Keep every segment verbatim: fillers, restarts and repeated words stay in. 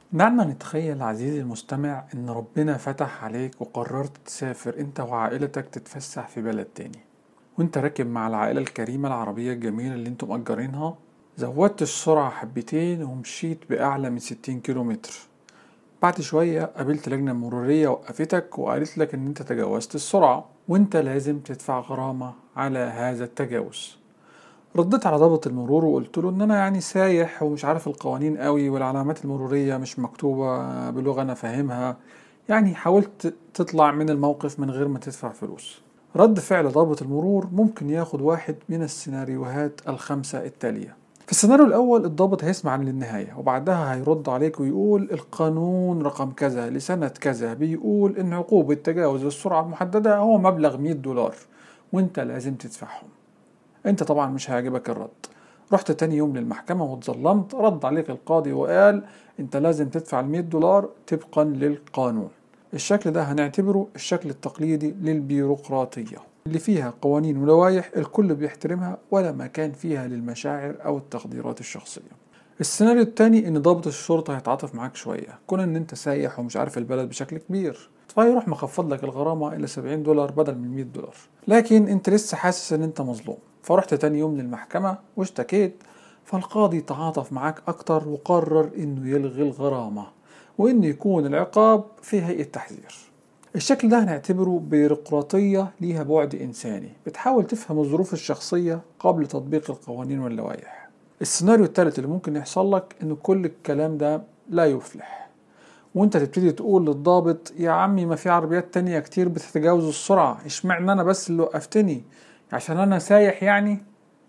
دعنا نتخيل عزيزي المستمع إن ربنا فتح عليك وقررت تسافر أنت وعائلتك تتفسح في بلد تاني، وأنت راكب مع العائلة الكريمة العربية الجميلة اللي أنتم مأجرينها. زودت السرعة حبتين ومشيت بأعلى من ستين كيلو متر. بعد شوية قابلت لجنة مرورية وقفتك وقالت لك إن أنت تجاوزت السرعة وأنت لازم تدفع غرامة على هذا التجاوز. رديت على ضابط المرور وقلت له ان انا يعني سايح ومش عارف القوانين قوي والعلامات المرورية مش مكتوبة بلغة انا فاهمها، يعني حاولت تطلع من الموقف من غير ما تدفع فلوس. رد فعل ضابط المرور ممكن ياخد واحد من السيناريوهات الخمسة التالية. في السيناريو الأول الضابط هيسمع للنهاية وبعدها هيرد عليك ويقول القانون رقم كذا لسنة كذا بيقول إن عقوبة تجاوز السرعة المحددة هو مبلغ مية دولار وإنت لازم تدفعهم. انت طبعا مش هيعجبك الرد. رحت تاني يوم للمحكمة واتظلمت، رد عليك القاضي وقال انت لازم تدفع المية دولار طبقا للقانون. الشكل ده هنعتبره الشكل التقليدي للبيروقراطية اللي فيها قوانين ولوائح الكل بيحترمها ولا مكان فيها للمشاعر او التقديرات الشخصية. السيناريو التاني ان ضابط الشرطة هيتعاطف معاك شوية، كون ان انت سايح ومش عارف البلد بشكل كبير، فيروح مخفض لك الغرامة الى سبعين دولار بدل من مية دولار. لكن انت لسه حاسس ان انت مظلوم، فرحت تاني يوم للمحكمة واشتكيت، فالقاضي تعاطف معاك اكتر وقرر انه يلغي الغرامة وانه يكون العقاب في هيئة تحذير. الشكل ده هنعتبره بيروقراطية ليها بعد إنساني، بتحاول تفهم الظروف الشخصية قبل تطبيق القوانين واللوائح. السيناريو الثالث اللي ممكن يحصل لك إن كل الكلام ده لا يفلح، وانت تبتدي تقول للضابط يا عمي ما في عربيات تانية كتير بتتجاوز السرعة، اشمعنى أنا بس اللي وقفتني؟ عشان أنا سايح يعني؟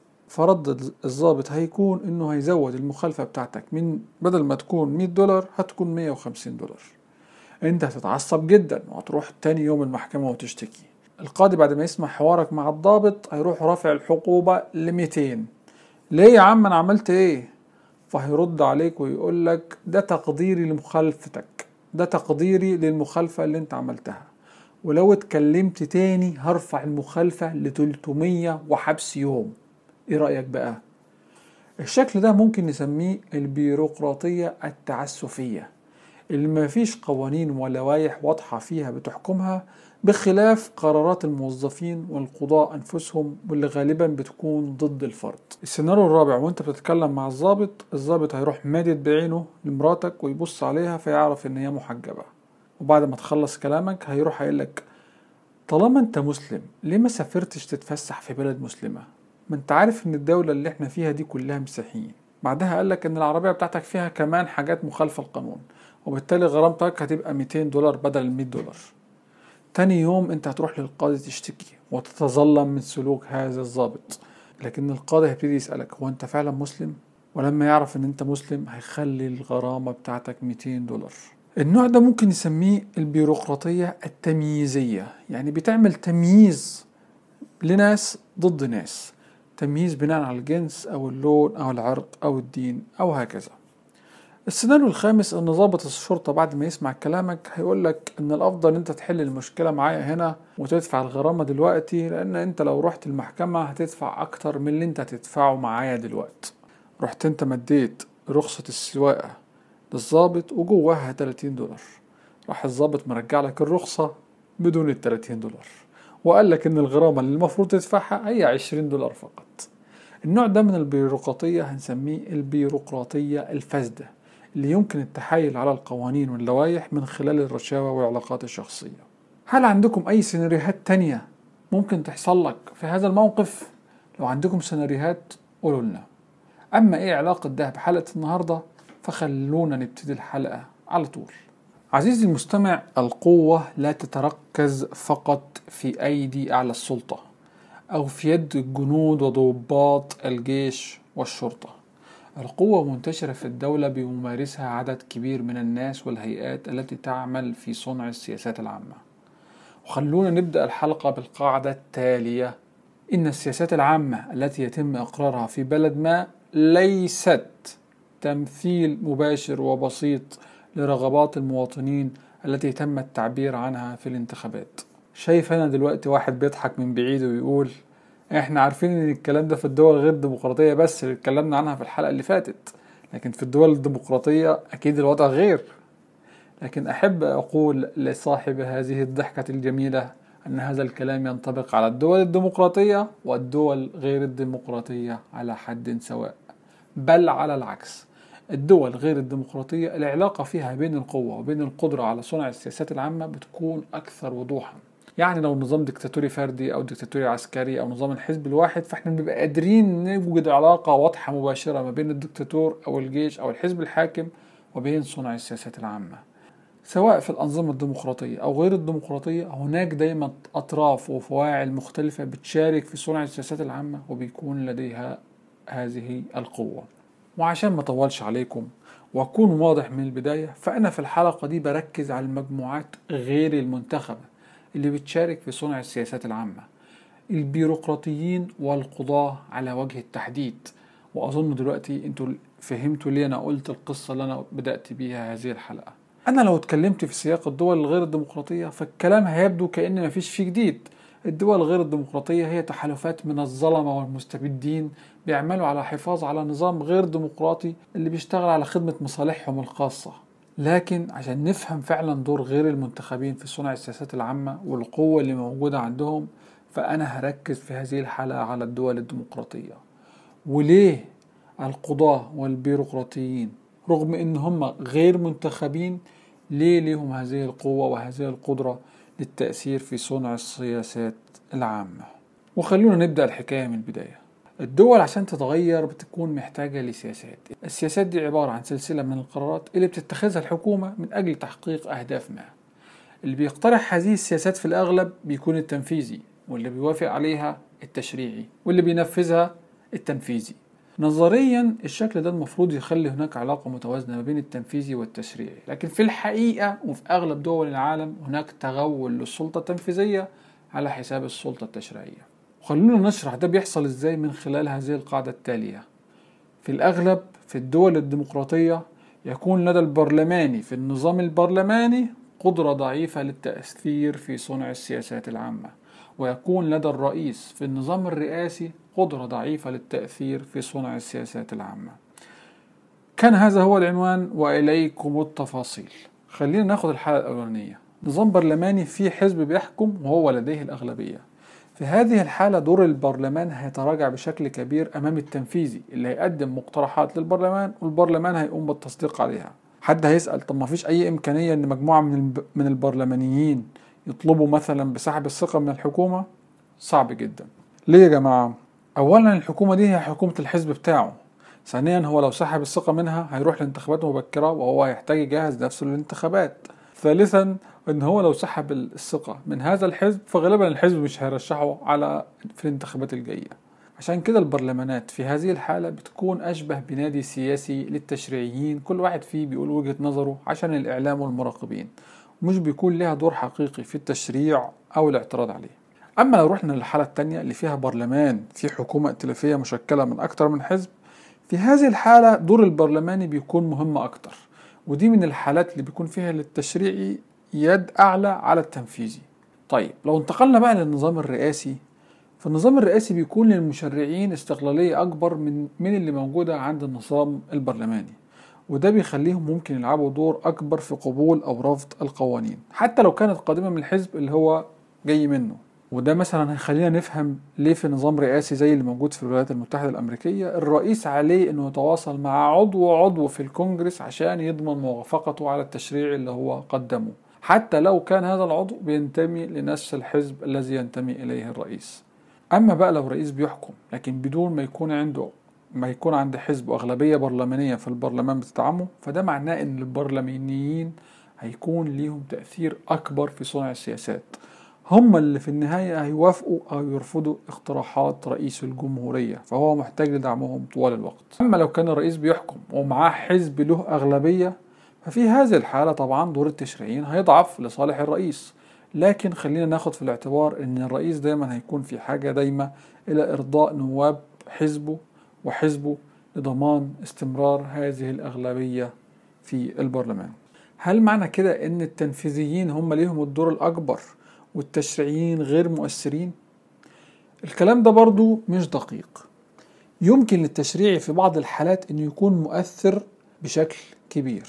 فرد الضابط هيكون إنه هيزود المخالفة بتاعتك، من بدل ما تكون مية دولار هتكون مية وخمسين دولار. انت هتتعصب جدا وهتروح تاني يوم المحكمة وتشتكي. القاضي بعد ما يسمع حوارك مع الضابط هيروح رافع الحقوبة لميتين. ليه يا عم انا عملت ايه؟ فهيرد عليك ويقول لك ده تقديري لمخالفتك، ده تقديري للمخالفة اللي انت عملتها، ولو اتكلمت تاني هرفع المخالفة لتلتمية وحبس يوم. ايه رأيك بقى؟ الشكل ده ممكن نسميه البيروقراطية التعسفية، اللي مفيش قوانين ولوائح واضحة فيها بتحكمها، بخلاف قرارات الموظفين والقضاء أنفسهم واللي غالبا بتكون ضد الفرد. السيناريو الرابع وانت بتتكلم مع الضابط، الضابط هيروح مادد بعينه لمراتك ويبص عليها فيعرف ان هي محجبة، وبعد ما تخلص كلامك هيروح هيقولك طالما انت مسلم ليه ما سافرتش تتفسح في بلد مسلمة؟ ما انت عارف ان الدولة اللي احنا فيها دي كلها مسيحيين. بعدها قالك ان العربية بتاعتك فيها كمان حاجات مخالفة القانون، وبالتالي غرامتك هتبقى ميتين دولار بدل ال مية دولار. تاني يوم انت هتروح للقاضي تشتكي وتتظلم من سلوك هذا الضابط، لكن القاضي هيبتدي يسألك هو انت فعلا مسلم؟ ولما يعرف ان انت مسلم هيخلي الغرامة بتاعتك ميتين دولار. النوع ده ممكن نسميه البيروقراطية التمييزية، يعني بتعمل تمييز لناس ضد ناس، تمييز بناء على الجنس أو اللون أو العرق أو الدين أو هكذا. السيناريو الخامس ان ضابط الشرطة بعد ما يسمع كلامك هيقولك ان الافضل انت تحل المشكلة معايا هنا وتدفع الغرامة دلوقتي، لان انت لو رحت المحكمة هتدفع اكتر من اللي انت هتدفعه معايا دلوقتي. رحت انت مديت رخصة السواقة للضابط وجواها تلاتين دولار، راح الضابط مرجع لك الرخصة بدون ال تلاتين دولار وقال لك ان الغرامة اللي المفروض تدفعها هي عشرين دولار فقط. النوع ده من البيروقراطية هنسميه البيروقراطية الفاسدة، اللي يمكن التحايل على القوانين واللوائح من خلال الرشاوى والعلاقات الشخصية. هل عندكم أي سيناريوهات تانية ممكن تحصل لك في هذا الموقف؟ لو عندكم سيناريوهات قولوا لنا. أما إيه علاقة ده بحلقة النهاردة فخلونا نبتدي الحلقة على طول. عزيزي المستمع، القوة لا تتركز فقط في أيدي أعلى السلطة أو في يد الجنود وضباط الجيش والشرطة. القوة منتشرة في الدولة بيمارسها عدد كبير من الناس والهيئات التي تعمل في صنع السياسات العامة. وخلونا نبدأ الحلقة بالقاعدة التالية: إن السياسات العامة التي يتم إقرارها في بلد ما ليست تمثيل مباشر وبسيط لرغبات المواطنين التي تم التعبير عنها في الانتخابات. شايف هنا دلوقتي واحد بيضحك من بعيد ويقول احنا عارفين ان الكلام ده في الدول غير ديمقراطية بس اللي اتكلمنا عنها في الحلقة اللي فاتت، لكن في الدول الديمقراطية أكيد الوضع غير. لكن أحب أقول لصاحب هذه الضحكة الجميلة أن هذا الكلام ينطبق على الدول الديمقراطية والدول غير الديمقراطية على حد سواء، بل على العكس. الدول غير الديمقراطية العلاقة فيها بين القوة وبين القدرة على صنع السياسات العامة بتكون أكثر وضوحا. يعني لو نظام ديكتاتوري فردي أو ديكتاتوري عسكري أو نظام الحزب الواحد، فإحنا بنبقى قادرين نوجد علاقة واضحة مباشرة ما بين الدكتاتور أو الجيش أو الحزب الحاكم وبين صنع السياسات العامة. سواء في الأنظمة الديمقراطية أو غير الديمقراطية، هناك دايما أطراف وفواعل مختلفة بتشارك في صنع السياسات العامة وبيكون لديها هذه القوة. وعشان ما أطولش عليكم وأكون واضح من البداية، فأنا في الحلقة دي بركز على المجموعات غير المنتخبة اللي بتشارك في صنع السياسات العامة، البيروقراطيين والقضاة على وجه التحديد. وأظن دلوقتي أنتوا فهمتوا ليه أنا قلت القصة اللي أنا بدأت بيها هذه الحلقة. أنا لو اتكلمت في سياق الدول الغير الديمقراطية فالكلام هيبدو كأن مفيش فيه جديد. الدول الغير الديمقراطية هي تحالفات من الظلمة والمستبدين بيعملوا على حفاظ على نظام غير ديمقراطي اللي بيشتغل على خدمة مصالحهم الخاصة. لكن عشان نفهم فعلا دور غير المنتخبين في صنع السياسات العامة والقوة اللي موجودة عندهم، فأنا هركز في هذه الحلقة على الدول الديمقراطية وليه القضاة والبيروقراطيين رغم ان هم غير منتخبين ليه ليهم هذه القوة وهذه القدرة للتأثير في صنع السياسات العامة. وخلونا نبدأ الحكاية من البداية. الدول عشان تتغير بتكون محتاجة لسياسات. السياسات دي عبارة عن سلسلة من القرارات اللي بتتخذها الحكومة من أجل تحقيق أهداف ما. اللي بيقترح هذه السياسات في الأغلب بيكون التنفيذي، واللي بيوافق عليها التشريعي، واللي بينفذها التنفيذي. نظريا الشكل ده المفروض يخلي هناك علاقة متوازنة ما بين التنفيذي والتشريعي، لكن في الحقيقة وفي أغلب دول العالم هناك تغول للسلطة التنفيذية على حساب السلطة التشريعية. وخلونا نشرح ده بيحصل ازاي من خلال هذه القاعدة التالية. في الأغلب في الدول الديمقراطية يكون لدى البرلماني في النظام البرلماني قدرة ضعيفة للتأثير في صنع السياسات العامة، ويكون لدى الرئيس في النظام الرئاسي قدرة ضعيفة للتأثير في صنع السياسات العامة. كان هذا هو العنوان وإليكم التفاصيل. خلينا ناخد الحالة الأولانية. نظام برلماني فيه حزب بيحكم وهو لديه الأغلبية. في هذه الحالة دور البرلمان هيتراجع بشكل كبير أمام التنفيذي اللي هيقدم مقترحات للبرلمان والبرلمان هيقوم بالتصديق عليها. حد هيسأل طب ما فيش أي إمكانية أن مجموعة من من البرلمانيين يطلبوا مثلا بسحب الثقة من الحكومة؟ صعب جدا. ليه يا جماعة؟ أولا الحكومة دي هي حكومة الحزب بتاعه. ثانيا هو لو سحب الثقة منها هيروح لانتخابات مبكرة وهو هيحتاج يجهز نفسه للانتخابات. ثالثا ان هو لو سحب الثقة من هذا الحزب فغالبا الحزب مش هيرشحه على في الانتخابات الجاية. عشان كده البرلمانات في هذه الحالة بتكون أشبه بنادي سياسي للتشريعيين، كل واحد فيه بيقول وجهة نظره عشان الإعلام والمراقبين، ومش بيكون لها دور حقيقي في التشريع أو الاعتراض عليه. أما لو رحنا للحالة التانية اللي فيها برلمان في حكومة ائتلافية مشكلة من أكتر من حزب، في هذه الحالة دور البرلماني بيكون مهم أكتر، ودي من الحالات اللي بيكون فيها للتشريعي يد أعلى على التنفيذي. طيب لو انتقلنا بقى للنظام الرئاسي، فالنظام الرئاسي بيكون للمشرعين استقلالية أكبر من من اللي موجودة عند النظام البرلماني، وده بيخليهم ممكن يلعبوا دور أكبر في قبول أو رفض القوانين حتى لو كانت قادمة من الحزب اللي هو جاي منه. وده مثلا هيخلينا نفهم ليه في نظام رئاسي زي اللي موجود في الولايات المتحدة الأمريكية الرئيس عليه إنه يتواصل مع عضو عضو في الكونجرس عشان يضمن موافقته على التشريع اللي هو قدمه، حتى لو كان هذا العضو بينتمي لنفس الحزب الذي ينتمي إليه الرئيس. أما بقى لو رئيس بيحكم لكن بدون ما يكون عنده ما يكون عند حزب أغلبية برلمانية في البرلمان بتدعمه، فده معناه إن البرلمانيين هيكون ليهم تأثير أكبر في صنع السياسات. هم اللي في النهاية هيوافقوا أو يرفضوا اقتراحات رئيس الجمهورية، فهو محتاج لدعمهم طوال الوقت. أما لو كان الرئيس بيحكم ومعاه حزب له أغلبية، ففي هذه الحالة طبعا دور التشريعيين هيضعف لصالح الرئيس. لكن خلينا ناخد في الاعتبار أن الرئيس دايما هيكون في حاجة دايمة إلى إرضاء نواب حزبه وحزبه لضمان استمرار هذه الأغلبية في البرلمان. هل معنى كده أن التنفيذيين هم ليهم الدور الأكبر والتشريعيين غير مؤثرين؟ الكلام ده برضو مش دقيق. يمكن للتشريع في بعض الحالات أن يكون مؤثر بشكل كبير.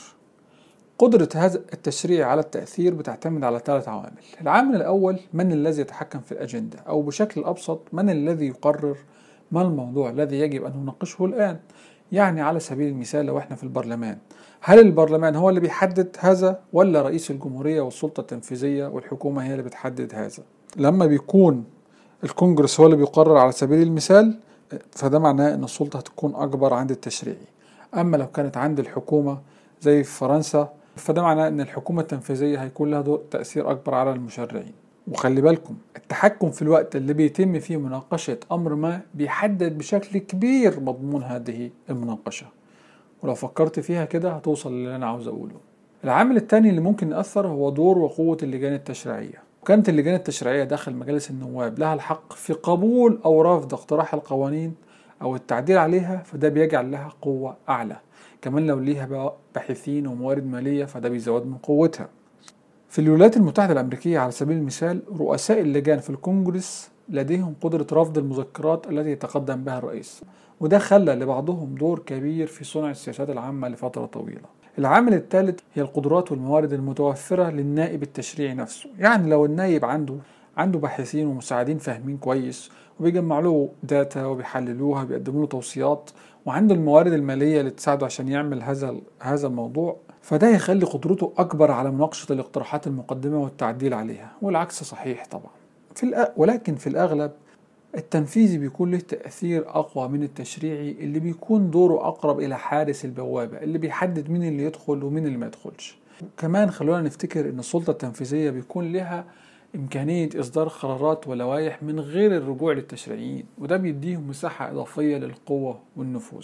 قدرة هذا التشريع على التأثير بتعتمد على ثلاث عوامل. العامل الأول، من الذي يتحكم في الأجندة، أو بشكل أبسط من الذي يقرر ما الموضوع الذي يجب أن نناقشه الآن. يعني على سبيل المثال لو احنا في البرلمان، هل البرلمان هو اللي بيحدد هذا ولا رئيس الجمهورية والسلطة التنفيذية والحكومة هي اللي بتحدد هذا؟ لما بيكون الكونجرس هو اللي بيقرر على سبيل المثال، فده معناه ان السلطة هتكون اكبر عند التشريعي. اما لو كانت عند الحكومة زي في فرنسا، فده معناه ان الحكومة التنفيذية هيكون لها دور تأثير اكبر على المشرعين. وخلي بالكم، التحكم في الوقت اللي بيتم فيه مناقشة امر ما بيحدد بشكل كبير مضمون هذه المناقشة. ولو فكرت فيها كده هتوصل للي انا عاوز اقوله. العامل الثاني اللي ممكن يأثر هو دور وقوة اللجان التشريعية. وكانت اللجان التشريعية داخل مجالس النواب لها الحق في قبول أو رفض اقتراح القوانين أو التعديل عليها، فده بيجعل لها قوة أعلى. كمان لو ليها باحثين وموارد مالية فده بيزود من قوتها. في الولايات المتحدة الأمريكية على سبيل المثال، رؤساء اللجان في الكونجرس لديهم قدرة رفض المذكرات التي يتقدم بها الرئيس، وده خلى لبعضهم دور كبير في صنع السياسات العامة لفترة طويلة. العامل الثالث هي القدرات والموارد المتوفرة للنائب التشريعي نفسه. يعني لو النائب عنده عنده باحثين ومساعدين فاهمين كويس وبيجمعوا له داتا وبيحللوها وبيقدموا له توصيات، وعنده الموارد المالية اللي تساعده عشان يعمل هذا هذا الموضوع، فده يخلي قدرته أكبر على مناقشة الاقتراحات المقدمة والتعديل عليها. والعكس صحيح طبعا. في الأ... ولكن في الأغلب التنفيذي بيكون له تأثير أقوى من التشريعي، اللي بيكون دوره أقرب إلى حارس البوابة اللي بيحدد مين اللي يدخل ومين اللي ما يدخلش. كمان خلونا نفتكر إن السلطة التنفيذية بيكون لها إمكانية إصدار قرارات ولوائح من غير الرجوع للتشريعيين، وده بيديهم مساحة إضافية للقوة والنفوذ.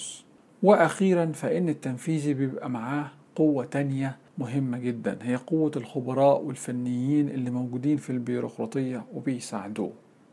وأخيرا فإن التنفيذي بيبقى معاه قوة تانية مهمة جدا، هي قوة الخبراء والفنيين اللي موجودين في البيروقراطية وبيساعدوه.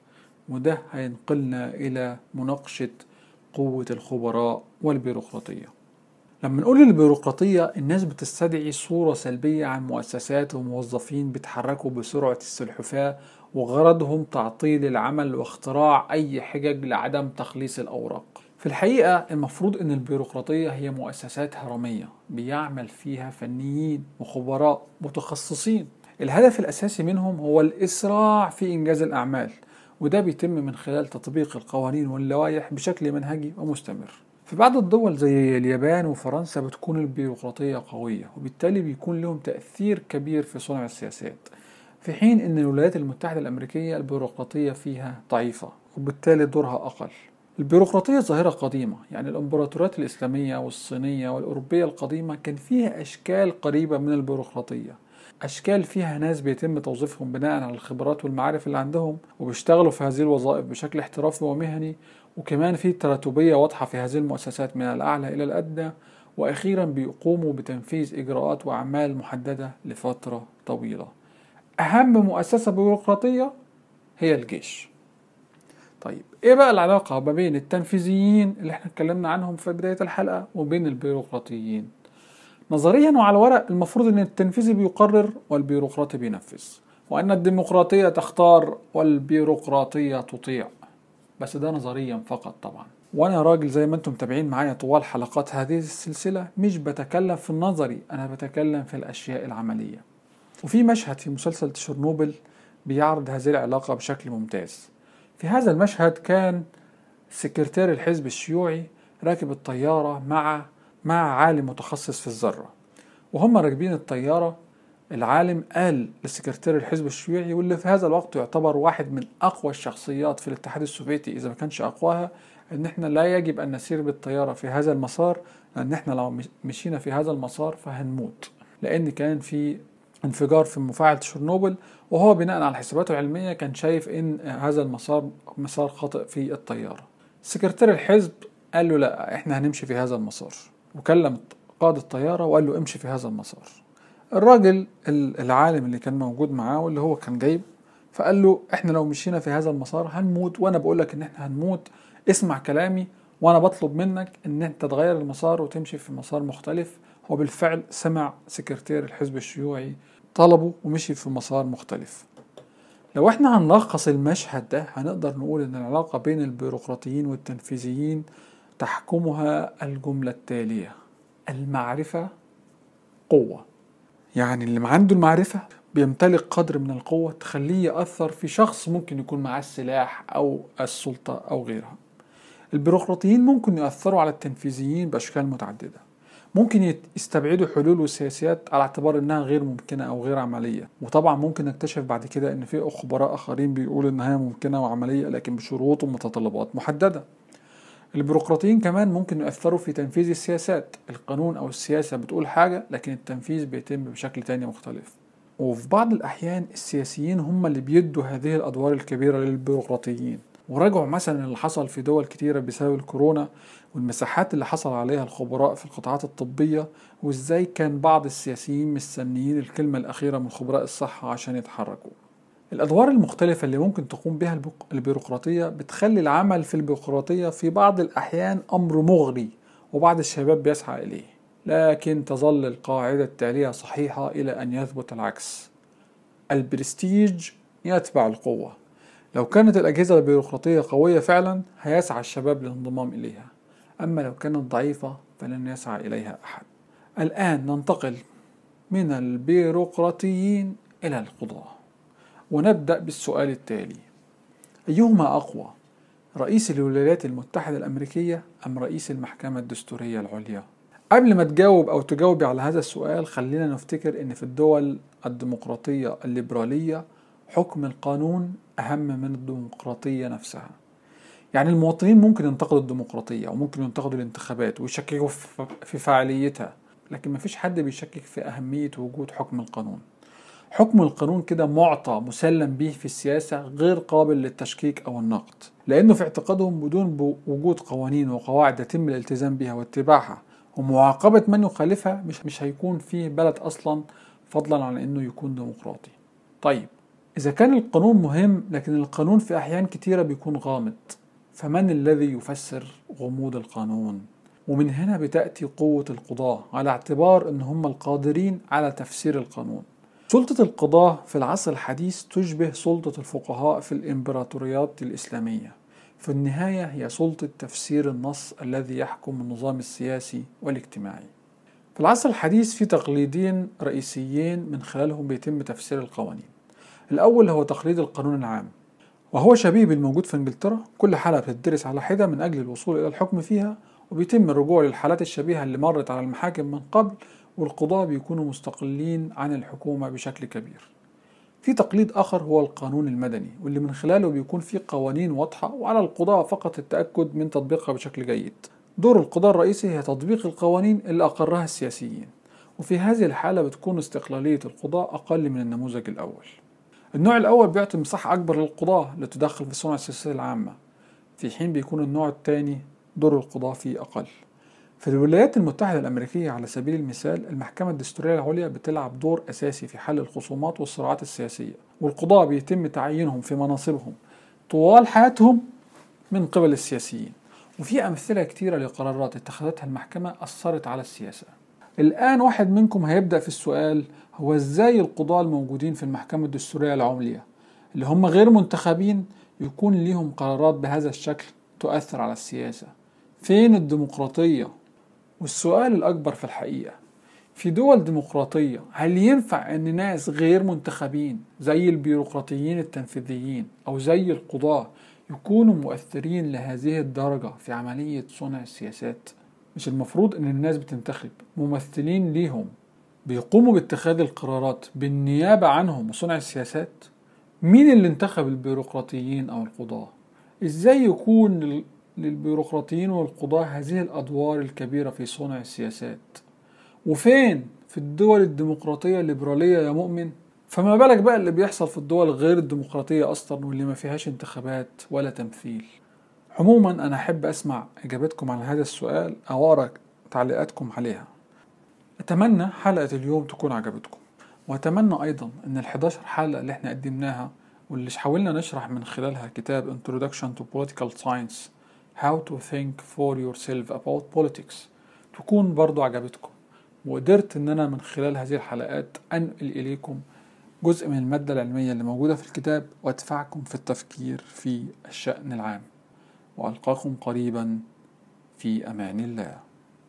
وده هينقلنا إلى مناقشة قوة الخبراء والبيروقراطية. لما نقول البيروقراطية، الناس بتستدعي صورة سلبية عن مؤسسات وموظفين بيتحركوا بسرعة السلحفاة وغرضهم تعطيل العمل واختراع أي حجج لعدم تخليص الأوراق. في الحقيقة المفروض أن البيروقراطية هي مؤسسات هرمية بيعمل فيها فنيين وخبراء متخصصين، الهدف الأساسي منهم هو الإسراع في إنجاز الأعمال، وده بيتم من خلال تطبيق القوانين واللوائح بشكل منهجي ومستمر. في بعض الدول زي اليابان وفرنسا بتكون البيروقراطية قوية، وبالتالي بيكون لهم تأثير كبير في صنع السياسات، في حين أن الولايات المتحدة الأمريكية البيروقراطية فيها ضعيفة وبالتالي دورها أقل. البيروقراطية ظاهرة قديمة، يعني الإمبراطوريات الإسلامية والصينية والأوروبية القديمة كان فيها أشكال قريبة من البيروقراطية، أشكال فيها ناس بيتم توظيفهم بناء على الخبرات والمعارف اللي عندهم وبيشتغلوا في هذه الوظائف بشكل احترافي ومهني، وكمان في تراتبية واضحة في هذه المؤسسات من الأعلى إلى الأدنى، وأخيرا بيقوموا بتنفيذ إجراءات وأعمال محددة لفترة طويلة. أهم مؤسسة بيروقراطية هي الجيش. طيب إيه بقى العلاقة ما بين التنفيذيين اللي احنا اتكلمنا عنهم في بداية الحلقة وبين البيروقراطيين؟ نظريا وعلى الورق المفروض ان التنفيذي بيقرر والبيروقراطي بينفذ، وان الديمقراطية تختار والبيروقراطية تطيع، بس ده نظريا فقط طبعا. وانا راجل زي ما انتم متابعين معايا طوال حلقات هذه السلسلة مش بتكلم في النظري، انا بتكلم في الاشياء العملية. وفي مشهد في مسلسل تشيرنوبل بيعرض هذه العلاقة بشكل ممتاز. في هذا المشهد كان سكرتير الحزب الشيوعي راكب الطيارة مع مع عالم متخصص في الذرة، وهم راكبين الطيارة العالم قال لسكرتير الحزب الشيوعي، واللي في هذا الوقت يعتبر واحد من أقوى الشخصيات في الاتحاد السوفيتي إذا ما كانش أقواها، إن إحنا لا يجب أن نسير بالطيارة في هذا المسار، لأن إحنا لو مشينا في هذا المسار فهنموت، لأن كان في انفجار في مفاعل تشيرنوبل، وهو بناء على حساباته العلمية كان شايف إن هذا المسار مسار خاطئ في الطيارة. سكرتير الحزب قال له لا، إحنا هنمشي في هذا المسار، وكلم قائد الطيارة وقال له امشي في هذا المسار. الراجل العالم اللي كان موجود معاه واللي هو كان جايب فقال له احنا لو مشينا في هذا المسار هنموت، وانا بقولك ان احنا هنموت، اسمع كلامي وانا بطلب منك ان انت تغير المسار وتمشي في مسار مختلف. هو بالفعل سمع سكرتير الحزب الشيوعي طلبه ومشي في مسار مختلف. لو احنا هنلخص المشهد ده هنقدر نقول ان العلاقة بين البيروقراطيين والتنفيذيين تحكمها الجملة التالية: المعرفة قوة. يعني اللي عنده المعرفة بيمتلك قدر من القوة تخليه يأثر في شخص ممكن يكون معاه السلاح أو السلطة أو غيرها. البيروقراطيين ممكن يأثروا على التنفيذيين بأشكال متعددة. ممكن يستبعدوا حلول وسياسات على اعتبار انها غير ممكنة او غير عملية، وطبعا ممكن نكتشف بعد كده ان في خبراء اخرين بيقولوا انها ممكنة وعملية لكن بشروط ومتطلبات محددة. البيروقراطيين كمان ممكن يؤثروا في تنفيذ السياسات. القانون او السياسة بتقول حاجة لكن التنفيذ بيتم بشكل تاني مختلف. وفي بعض الاحيان السياسيين هم اللي بيدوا هذه الادوار الكبيرة للبيروقراطيين. وراجعوا مثلا اللي حصل في دول كتيرة بسبب الكورونا والمساحات اللي حصل عليها الخبراء في القطاعات الطبية، وازاي كان بعض السياسيين مستنيين الكلمة الأخيرة من خبراء الصحة عشان يتحركوا. الأدوار المختلفة اللي ممكن تقوم بها البيروقراطية بتخلي العمل في البيروقراطية في بعض الأحيان أمر مغري وبعض الشباب بيسعى إليه، لكن تظل القاعدة التالية صحيحة إلى أن يثبت العكس: البرستيج يتبع القوة. لو كانت الأجهزة البيروقراطية قوية فعلا هيسعى الشباب للانضمام إليها، أما لو كانت ضعيفة فلن يسعى إليها أحد. الآن ننتقل من البيروقراطيين إلى القضاة، ونبدأ بالسؤال التالي: أيهما أقوى، رئيس الولايات المتحدة الأمريكية أم رئيس المحكمة الدستورية العليا؟ قبل ما تجاوب أو تجاوبي على هذا السؤال خلينا نفتكر أن في الدول الديمقراطية الليبرالية حكم القانون أهم من الديمقراطية نفسها. يعني المواطنين ممكن ينتقدوا الديمقراطية وممكن ينتقدوا الانتخابات ويشككوا في فعاليتها، لكن مفيش حد بيشكك في أهمية وجود حكم القانون. حكم القانون كده معطى مسلم به في السياسة، غير قابل للتشكيك أو النقد، لأنه في اعتقادهم بدون وجود قوانين وقواعد يتم الالتزام بها واتباعها ومعاقبة من يخالفها مش مش هيكون فيه بلد أصلا، فضلا عن أنه يكون ديمقراطي. طيب إذا كان القانون مهم لكن القانون في أحيان كتيرة بيكون غامض، فمن الذي يفسر غموض القانون؟ ومن هنا بتأتي قوة القضاة على اعتبار أن هم القادرين على تفسير القانون. سلطة القضاة في العصر الحديث تشبه سلطة الفقهاء في الإمبراطوريات الإسلامية. في النهاية هي سلطة تفسير النص الذي يحكم النظام السياسي والاجتماعي. في العصر الحديث في تقليدين رئيسيين من خلالهم بيتم تفسير القوانين. الأول هو تقليد القانون العام، وهو شبيه بالموجود في انجلترا. كل حالة بتدرس على حدة من أجل الوصول إلى الحكم فيها، وبيتم الرجوع للحالات الشبيهة اللي مرت على المحاكم من قبل، والقضاة بيكونوا مستقلين عن الحكومة بشكل كبير. في تقليد آخر هو القانون المدني، واللي من خلاله بيكون في قوانين واضحة وعلى القضاة فقط التأكد من تطبيقها بشكل جيد. دور القضاء الرئيسي هي تطبيق القوانين اللي أقرها السياسيين، وفي هذه الحالة بتكون استقلالية القضاء أقل من النموذج الأول. النوع الأول بيعطي مساحة أكبر للقضاة للتدخل في صنع السياسة العامة، في حين بيكون النوع الثاني دور القضاة فيه أقل. في الولايات المتحدة الأمريكية على سبيل المثال المحكمة الدستورية العليا بتلعب دور أساسي في حل الخصومات والصراعات السياسية، والقضاة بيتم تعيينهم في مناصبهم طوال حياتهم من قبل السياسيين. وفي أمثلة كتيرة لقرارات اتخذتها المحكمة أثرت على السياسة. الآن واحد منكم هيبدأ في السؤال: هو إزاي القضاة الموجودين في المحكمة الدستورية العليا اللي هم غير منتخبين يكون ليهم قرارات بهذا الشكل تؤثر على السياسة؟ فين الديمقراطية؟ والسؤال الأكبر في الحقيقة، في دول ديمقراطية هل ينفع أن ناس غير منتخبين زي البيروقراطيين التنفيذيين أو زي القضاة يكونوا مؤثرين لهذه الدرجة في عملية صنع السياسات؟ مش المفروض أن الناس بتنتخب ممثلين ليهم بيقوموا باتخاذ القرارات بالنيابة عنهم وصنع السياسات؟ مين اللي انتخب البيروقراطيين أو القضاة؟ إزاي يكون للبيروقراطيين والقضاة هذه الأدوار الكبيرة في صنع السياسات؟ وفين في الدول الديمقراطية الليبرالية يا مؤمن؟ فما بالك بقى اللي بيحصل في الدول غير الديمقراطية أصلا واللي ما فيهاش انتخابات ولا تمثيل. عموما أنا أحب أسمع إجابتكم على هذا السؤال أو أقرأ تعليقاتكم عليها. أتمنى حلقة اليوم تكون عجبتكم، وأتمنى أيضا أن الحداشر حلقة اللي احنا قدمناها واللي حاولنا نشرح من خلالها كتاب Introduction to Political Science How to Think for Yourself About Politics تكون برضو عجبتكم، وقدرت أن أنا من خلال هذه الحلقات أنقل إليكم جزء من المادة العلمية اللي موجودة في الكتاب وأدفعكم في التفكير في الشأن العام. وألقاكم قريبا في أمان الله.